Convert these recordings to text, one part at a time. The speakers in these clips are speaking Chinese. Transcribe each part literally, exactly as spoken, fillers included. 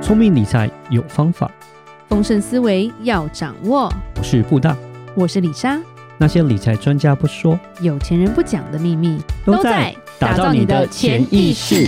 聪明理财有方法， 丰盛思维要掌握。 我是布大， 我是李莎。 那些理财专家不说， 有钱人不讲的秘密， 都在打造你的潜意识。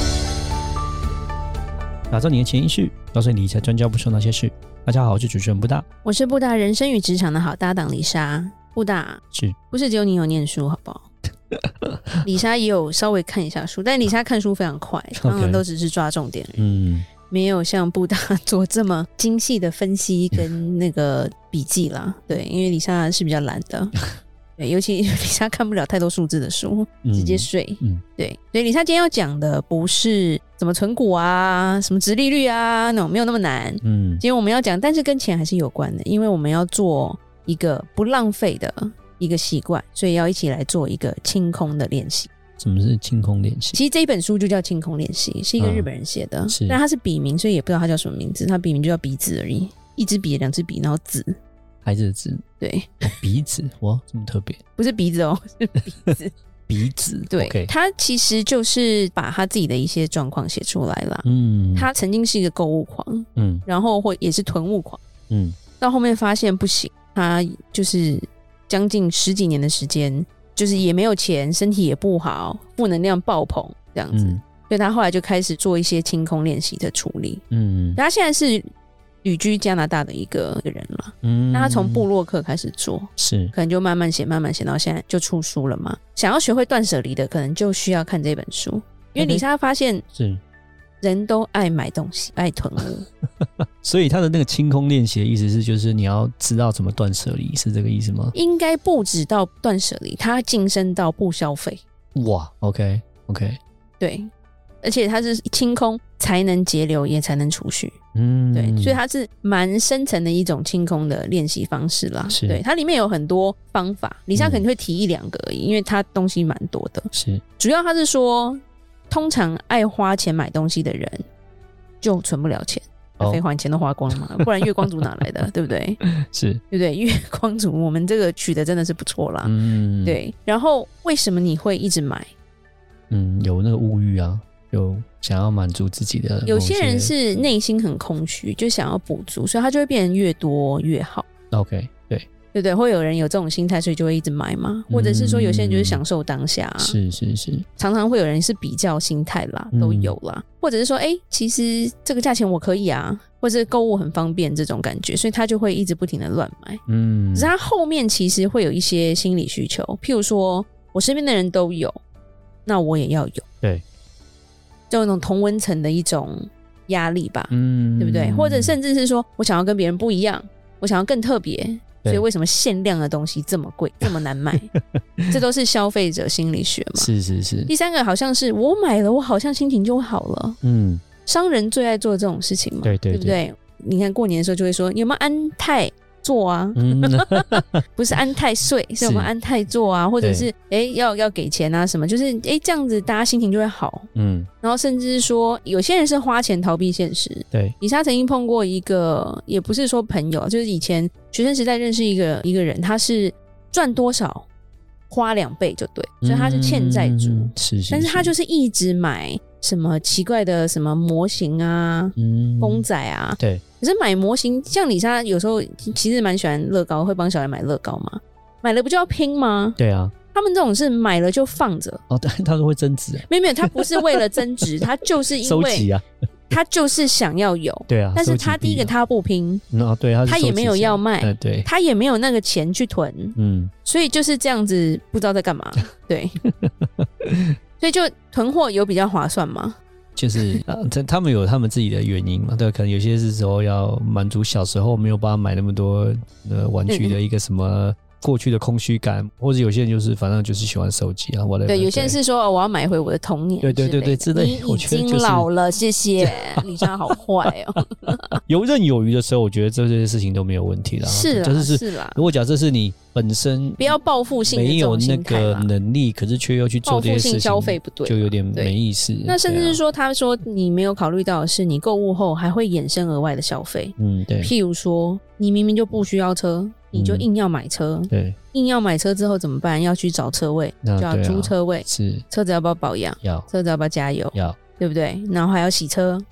打造你的潜意识，告诉你理财专家不说那些事。大家好，我是主持人布大， 我是布大人生与职场的好搭档李莎。布大是不是只有你有念书好不好？李莎也有稍微看一下书，但李莎看书非常快，常常都只是抓重点而已。嗯，没有像布大做这么精细的分析跟那个笔记啦。对，因为李莎是比较懒的。对，尤其李莎看不了太多数字的书，直接睡。嗯嗯、对，所以李莎今天要讲的不是怎么存股啊，什么殖利率啊，那种没有那么难。嗯，今天我们要讲，但是跟钱还是有关的，因为我们要做一个不浪费的一个习惯，所以要一起来做一个清空的练习。 什么是清空练习？ 其实这一本书就叫清空练习，是一个日本人写的，啊、但他是笔名，所以也不知道他叫什么名字。他笔名就叫鼻子而已，一支笔，两支笔，然后子， 孩子的子。 对， 哦、鼻子，哇，这么特别。 不是鼻子哦，是鼻子。 鼻子， 对、okay. 他其实就是把他自己的一些状况写出来啦。嗯，他曾经是一个购物狂，嗯，然后或也是囤物狂，嗯，到后面发现不行，他就是将近十几年的时间，就是也没有钱，身体也不好，负能量爆棚这样子，嗯、所以他后来就开始做一些清空练习的处理。嗯，他现在是旅居加拿大的一个人了。嗯，那他从部落客开始做，是可能就慢慢写，慢慢写到现在就出书了嘛。想要学会断舍离的，可能就需要看这本书，因为李莎发现是人都爱买东西，爱囤物。 所以他的那个清空练习的意思是，就是你要知道怎么断舍离，是这个意思吗？ 应该不止到断舍离，他晋升到不消费。 哇 ，OK OK， 对，而且他是清空才能节流，也才能储蓄。嗯，对，所以它是蛮深层的一种清空的练习方式啦。是，对，它里面有很多方法，李莎可能会提一两个而已，因为它东西蛮多的。是，主要他是说，通常爱花钱买东西的人就存不了钱。哦，废话，钱都花光了嘛，不然月光族哪来的？对不对？是，对不对？月光族，我们这个取的真的是不错啦。嗯，对。然后为什么你会一直买？ 嗯，有那个物欲啊。有想要满足自己的， 有些人是内心很空虚，就想要补足，所以他就会变成越多越好。 OK， 对对对，会有人有这种心态，所以就会一直买嘛。或者是说有些人就是享受当下、啊嗯、 是是是， 常常会有人是比较心态啦，都有啦、嗯、或者是说哎、欸，其实这个价钱我可以啊，或者是购物很方便这种感觉，所以他就会一直不停的乱买。嗯，可是他后面其实会有一些心理需求，譬如说我身边的人都有，那我也要有。对，就那种同温层的一种压力吧，嗯，对不对？或者甚至是说我想要跟别人不一样，我想要更特别，所以为什么限量的东西这么贵，这么难买？这都是消费者心理学嘛。是是是。第三个好像是我买了，我好像心情就好了。嗯，商人最爱做这种事情嘛，对对对，对不对？你看过年的时候就会说，有没有安泰做啊？嗯、不是安泰税，是我们安泰做啊，或者是哎要要给钱啊什么，就是哎这样子大家心情就会好。嗯，然后甚至是说有些人是花钱逃避现实。对，李莎曾经碰过一个，也不是说朋友，就是以前学生时代认识一个一个人，他是赚多少花两倍就对，所以他是欠债族。嗯、是, 是, 是，但是他就是一直买什么奇怪的什么模型啊、嗯、公仔啊。对。可是买模型，像李莎有时候其实蛮喜欢乐高，会帮小孩买乐高嘛。买了不就要拼吗？对啊，他们这种是买了就放着。哦，但他都会增值。没有没有，他不是为了增值，他就是因为收集啊，他就是想要有。对啊，但是他第一个他不拼，嗯、对，他, 他也没有要卖，呃、对，他也没有那个钱去囤，嗯，所以就是这样子，不知道在干嘛。对，所以就囤货有比较划算吗？就是、啊、他们有他们自己的原因嘛，对，可能有些是时候要满足小时候没有办法买那么多呃玩具的一个什么过去的空虚感，或者有些人就是反正就是喜欢收集啊 whatever。 对，有些人是说、哦、我要买回我的童年，对对对对之类。你已经老了，谢谢李莎好坏哦。 游刃有余的时候，我觉得这些事情都没有问题啦。是啦，就是是啦。如果假设是你本身不要报复性的这种心态， 没有那个能力，可是却又去做这些事情，报复性消费不对，就有点没意思。 那甚至是说，他说你没有考虑到的是，你购物后还会衍生额外的消费。嗯，对。譬如说，你明明就不需要车，你就硬要买车，嗯、对，硬要买车之后怎么办？要去找车位，就要租车位，啊、是车子要不要保养？要，车子要不要加油？要，对不对？然后还要洗车，对。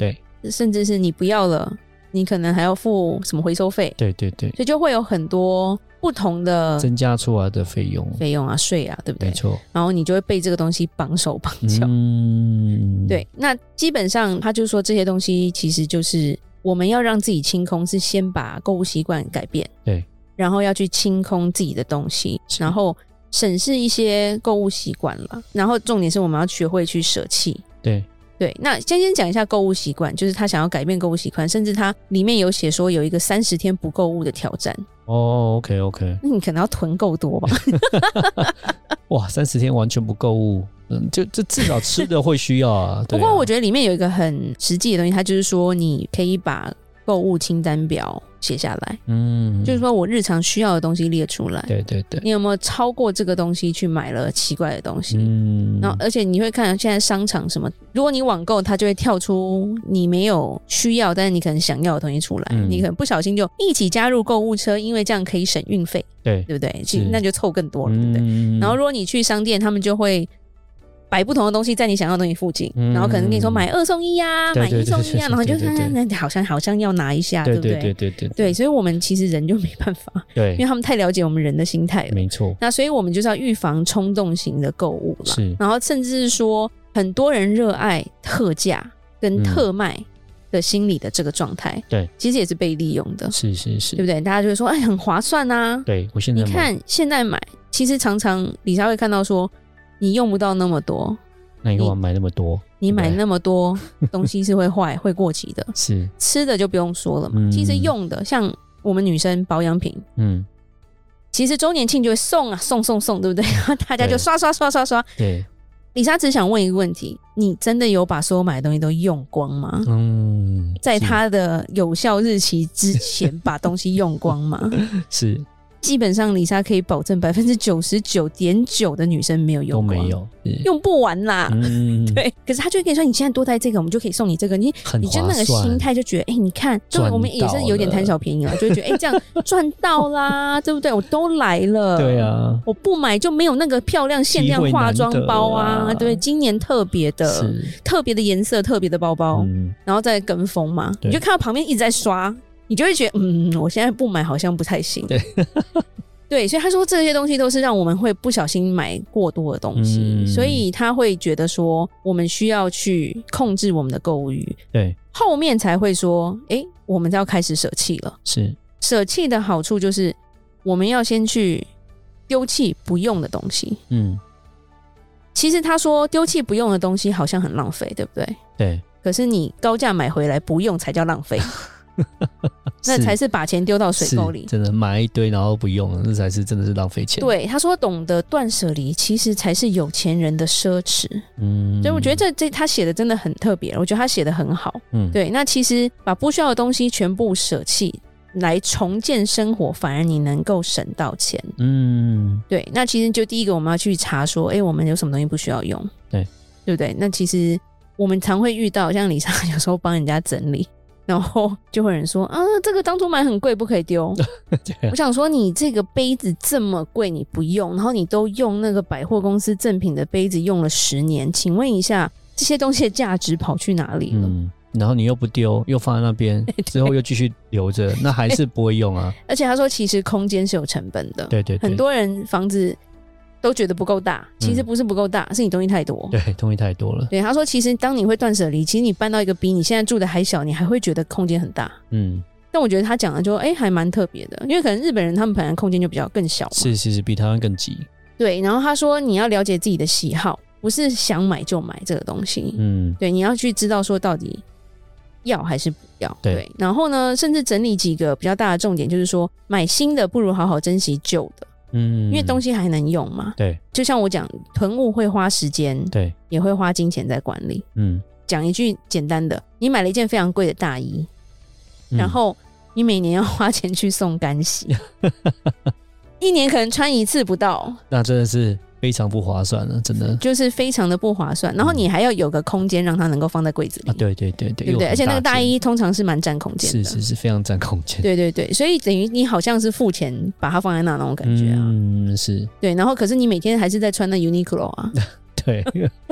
甚至是你不要了，你可能还要付什么回收费， 对对对， 所以就会有很多不同的增加出来的费用费用啊税啊，对不对？ 没错， 然后你就会被这个东西绑手绑脚。嗯，对，那基本上他就说这些东西其实就是我们要让自己清空，是先把购物习惯改变， 对， 然后要去清空自己的东西，然后审视一些购物习惯了，然后重点是我们要学会去舍弃。 对对，那先先讲一下购物习惯，就是他想要改变购物习惯，甚至他里面有写说有一个三十天不购物的挑战。 哦 ，OK OK， 那你可能要囤够多吧？ 哇，三十天完全不购物，嗯，就这至少吃的会需要啊。 不过我觉得里面有一个很实际的东西，它就是说你可以把购物清单表写下来，嗯，就是说我日常需要的东西列出来， 对对对， 你有没有超过这个东西去买了奇怪的东西？嗯，然后而且你会看现在商场什么，如果你网购，它就会跳出你没有需要，但是你可能想要的东西出来，嗯，你可能不小心就一起加入购物车，因为这样可以省运费， 对对不对？那就凑更多了，对不对？嗯，然后如果你去商店，他们就会摆不同的东西在你想要的东西附近，嗯，然后可能跟你说买二送一啊，买一送一啊，然后就看看好像好像要拿一下，对不对？对对对对对，所以我们其实人就没办法，对，因为他们太了解我们人的心态了， 没错。 那所以我们就是要预防冲动型的购物啦，是，然后甚至是说很多人热爱特价跟特卖的心理的这个状态，对，嗯，其实也是被利用的， 是是是， 对不对？大家就会说，哎，很划算啊， 对我现在你看现在买，其实常常李莎会看到说，你用不到那么多。 那你干嘛买那么多？ 你买那么多东西是会坏、会过期的。是吃的就不用说了嘛。嗯，其实用的，像我们女生保养品，嗯，其实周年庆就会送啊，送送送，对不对？大家就刷刷刷刷刷。对，李莎只想问一个问题：你真的有把所有买的东西都用光吗？嗯，在它的有效日期之前把东西用光吗？是。基本上李莎可以保证百分之九十九点九的女生没有用光，都没有，用不完啦。嗯，对。可是他就会跟你说，你现在多带这个，我们就可以送你这个。你你就那个心态就觉得，哎，欸，你看，就我们也是有点贪小便宜啦，就会觉得，哎，欸，这样赚到啦，对不对？我都来了，对啊，我不买就没有那个漂亮限量化妆包啊，对，今年特别的、特别的颜色、特别的包包，嗯，然后再跟风嘛，你就看到旁边一直在刷。你就会觉得，嗯，我现在不买好像不太行。对，对，所以他说这些东西都是让我们会不小心买过多的东西，嗯，所以他会觉得说，我们需要去控制我们的购物欲。对，后面才会说，哎，我们要开始舍弃了。是，舍弃的好处就是，我们要先去丢弃不用的东西。嗯，其实他说丢弃不用的东西好像很浪费，对不对？对。可是你高价买回来不用才叫浪费。那才是把钱丢到水沟里， 真的买一堆然后不用，那才是真的是浪费钱。 对，他说懂得断舍离其实才是有钱人的奢侈。嗯，所以我觉得这这他写的真的很特别，我觉得他写的很好。嗯，对，那其实把不需要的东西全部舍弃来重建生活，反而你能够省到钱。嗯，对，那其实就第一个我们要去查说，哎，我们有什么东西不需要用？对，对不对？那其实我们常会遇到，像李莎有时候帮人家整理。然后就会有人说啊，这个当初买很贵，不可以丢。我想说，你这个杯子这么贵，你不用，然后你都用那个百货公司正品的杯子用了十年，请问一下，这些东西的价值跑去哪里了？嗯， 然后你又不丢，又放在那边，之后又继续留着，那还是不会用啊。 而且他说，其实空间是有成本的。对 对, 对，很多人房子都觉得不够大，其实不是不够大，嗯，是你东西太多。 对，东西太多了。 对，他说其实当你会断舍离，其实你搬到一个比你现在住的还小，你还会觉得空间很大。嗯，但我觉得他讲的就哎还蛮特别的，因为可能日本人他们本来空间就比较更小嘛。 是是是，比台湾更挤。 对，然后他说你要了解自己的喜好，不是想买就买这个东西。嗯，对，你要去知道说到底要还是不要。 对, 对，然后呢甚至整理几个比较大的重点，就是说买新的不如好好珍惜旧的。嗯，因为东西还能用嘛。对，就像我讲，囤物会花时间，对，也会花金钱在管理。嗯，讲一句简单的，你买了一件非常贵的大衣，嗯，然后你每年要花钱去送干洗，一年可能穿一次不到， 那真的是非常不划算了，真的就是非常的不划算。然后你还要有个空间让它能够放在柜子里。啊， 对对对对， 对不对？而且那个大衣通常是蛮占空间的， 是是是非常占空间。 对对对，所以等于你好像是付钱把它放在那那种感觉啊。 嗯，是。 对，然后可是你每天还是在穿那 Uniqlo 啊。 对。 那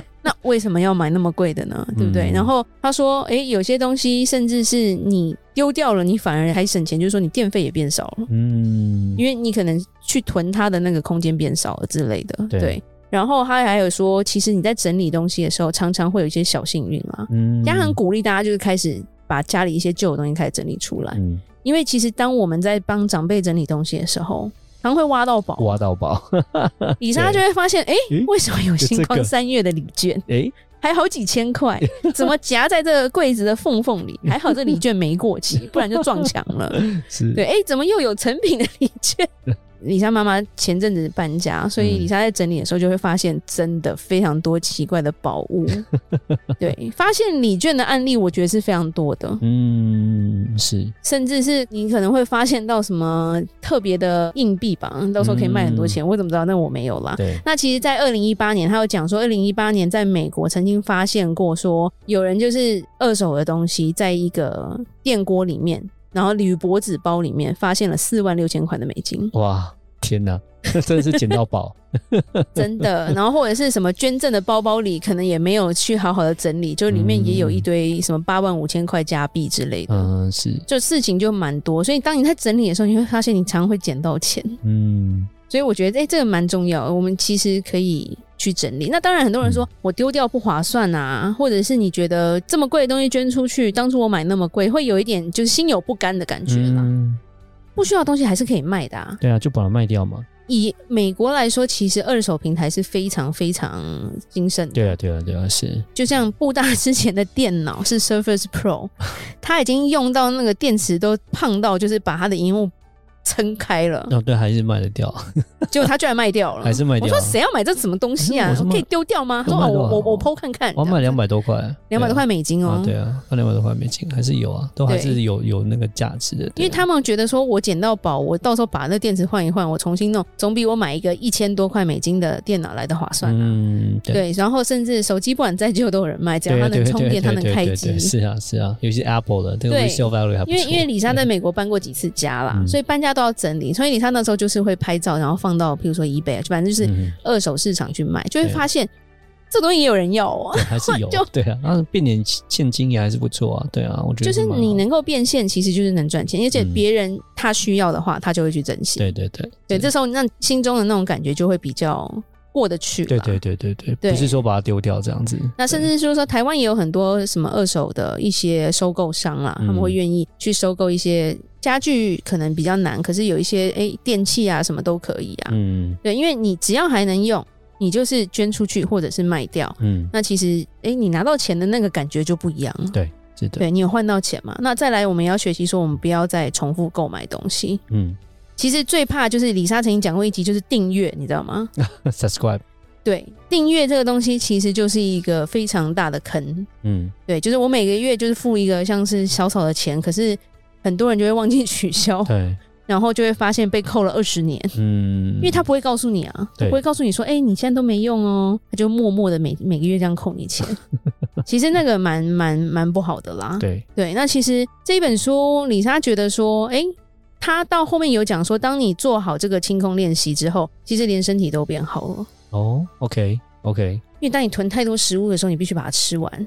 为什么要买那么贵的呢？对不对？嗯、然后他说，哎，有些东西甚至是你丢掉了，你反而还省钱，就是说你电费也变少了，嗯，因为你可能去囤它的那个空间变少了之类的， 对, 对。然后他还有说，其实你在整理东西的时候，常常会有一些小幸运啦。嗯，他很鼓励大家就是开始把家里一些旧的东西开始整理出来，嗯，因为其实当我们在帮长辈整理东西的时候，常会挖到宝， 挖到宝。 李莎就会发现，哎，为什么有星光三月的礼券？哎。还好几千块，怎么夹在这个柜子的缝缝里？还好这礼券没过期，不然就撞墙了。是，对，哎，怎么又有成品的礼券？李莎妈妈前阵子搬家，所以李莎在整理的时候就会发现真的非常多奇怪的宝物。对，发现礼券的案例我觉得是非常多的。嗯，是，甚至是你可能会发现到什么特别的硬币吧，到时候可以卖很多钱。嗯、我怎么知道？那我没有啦。对，那其实在二零一八年他有讲说，二零一八年在美国曾经发现过说有人就是二手的东西在一个电锅里面，然后铝箔纸包里面发现了四万六千块的美金。哇，天哪，真的是捡到宝。真的。然后或者是什么捐赠的包包里可能也没有去好好的整理，就里面也有一堆什么八万五千块加币之类的。嗯，是，就事情就蛮多，所以当你在整理的时候，你会发现你常会捡到钱。嗯，所以我觉得哎，这个蛮重要的，我们其实可以去整理。那当然很多人说、嗯、我丢掉不划算啊，或者是你觉得这么贵的东西捐出去，当初我买那么贵，会有一点就是心有不甘的感觉啦。嗯，不需要的东西还是可以卖的啊。 对啊，就把它卖掉嘛。 以美国来说，其实二手平台是非常非常兴盛的。 对啊对啊对啊，是。 就像布大之前的电脑是 Surface Pro， 他已经用到那个电池都胖到就是把他的萤幕撑开了。 哦，对，还是卖得掉。 结果他居然卖掉了。 还是卖掉了。 我说谁要买这什么东西啊？可以丢掉吗？他说、哦、我我我 P O 看看。 我买两百多块， 两百多块美金哦。 对啊，两百多块美金还是有啊，都还是有有那个价值的。 因为他们觉得说我捡到宝，我到时候把那电池换一换，我重新弄，总比我买一个一千多块美金的电脑来的划算啊。嗯，对。对，然后甚至手机不管再旧都有人卖，只要它能充电，它能开机。 是啊是啊，有些 Apple 的这个 resale value 还不错。 因为因为李莎在美国搬过几次家啦，所以搬家都要整理，所以李莎那时候就是会拍照，然后放到譬如说 eBay， 反正就是二手市场去卖，就会发现这东西也有人要哦， 还是有。对啊，那变点现金也还是不错啊。对啊，我觉得就是你能够变现，其实就是能赚钱，而且别人他需要的话，他就会去珍惜。 对对对对，这时候那心中的那种感觉就会比较过得去。 对对对对对，不是说把它丢掉这样子。 那甚至说说台湾也有很多什么二手的一些收购商啦，他们会愿意去收购一些家具，可能比较难，可是有一些哎电器啊什么都可以啊。嗯，对，因为你只要还能用，你就是捐出去或者是卖掉。嗯，那其实哎你拿到钱的那个感觉就不一样。 对，是的。 对，你有换到钱嘛？那再来我们也要学习说，我们不要再重复购买东西。嗯，其实最怕就是李莎曾经讲过一集，就是订阅，你知道吗 ？subscribe。 对，订阅这个东西其实就是一个非常大的坑。嗯，对，就是我每个月就是付一个像是少少的钱，可是很多人就会忘记取消。对，然后就会发现被扣了二十年。嗯，因为他不会告诉你啊，他不会告诉你说，哎、欸，你现在都没用哦，他就默默的每每个月这样扣你钱。其实那个蛮蛮蛮不好的啦。对对，那其实这一本书，李莎觉得说，哎、欸。他到后面有讲说，当你做好这个清空练习之后，其实连身体都变好了。 哦 ，OK OK， 因为当你囤太多食物的时候，你必须把它吃完。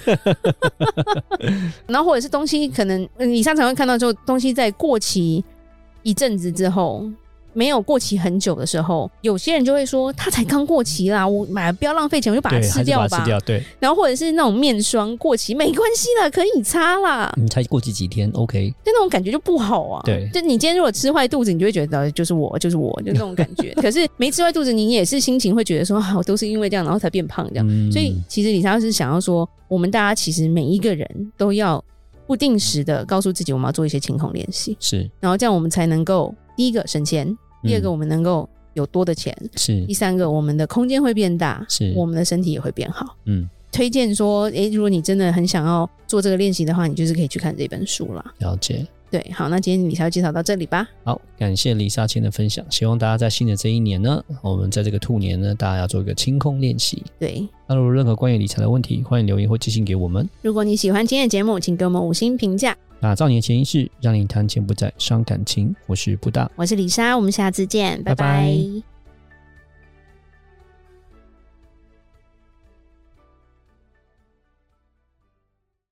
然后或者是东西可能你常常会看到，就东西在过期一阵子之后，没有过期很久的时候，有些人就会说它才刚过期啦，我买了不要浪费钱，我就把它吃掉吧。 对，还是把它吃掉。对。 然后或者是那种面霜过期没关系啦，可以擦啦。 你才过期几天 ，OK。 就那种感觉就不好啊。对。就你今天如果吃坏肚子，你就会觉得就是我就是我就那种感觉。可是没吃坏肚子，你也是心情会觉得说，啊，我都是因为这样然后才变胖这样。嗯、所以其实李莎是想要说，我们大家其实每一个人都要不定时的告诉自己，我们要做一些清空练习。是。然后这样我们才能够第一个省钱。第二个，我们能够有多的钱；是第三个，我们的空间会变大；是我们的身体也会变好。嗯，推荐说，诶，如果你真的很想要做这个练习的话，你就是可以去看这本书啦。 了解。 对，好，那今天李莎就介绍到这里吧。 好，感谢李莎千的分享，希望大家在新的这一年呢，我们在这个兔年呢，大家要做一个清空练习。对，那如果有任何关于理财的问题，欢迎留言或寄信给我们。 如果你喜欢今天的节目，请给我们五星评价。 打造你的潜意识，让你谈钱不再伤感情。我是布大， 我是李莎，我们下次见，拜拜。拜拜。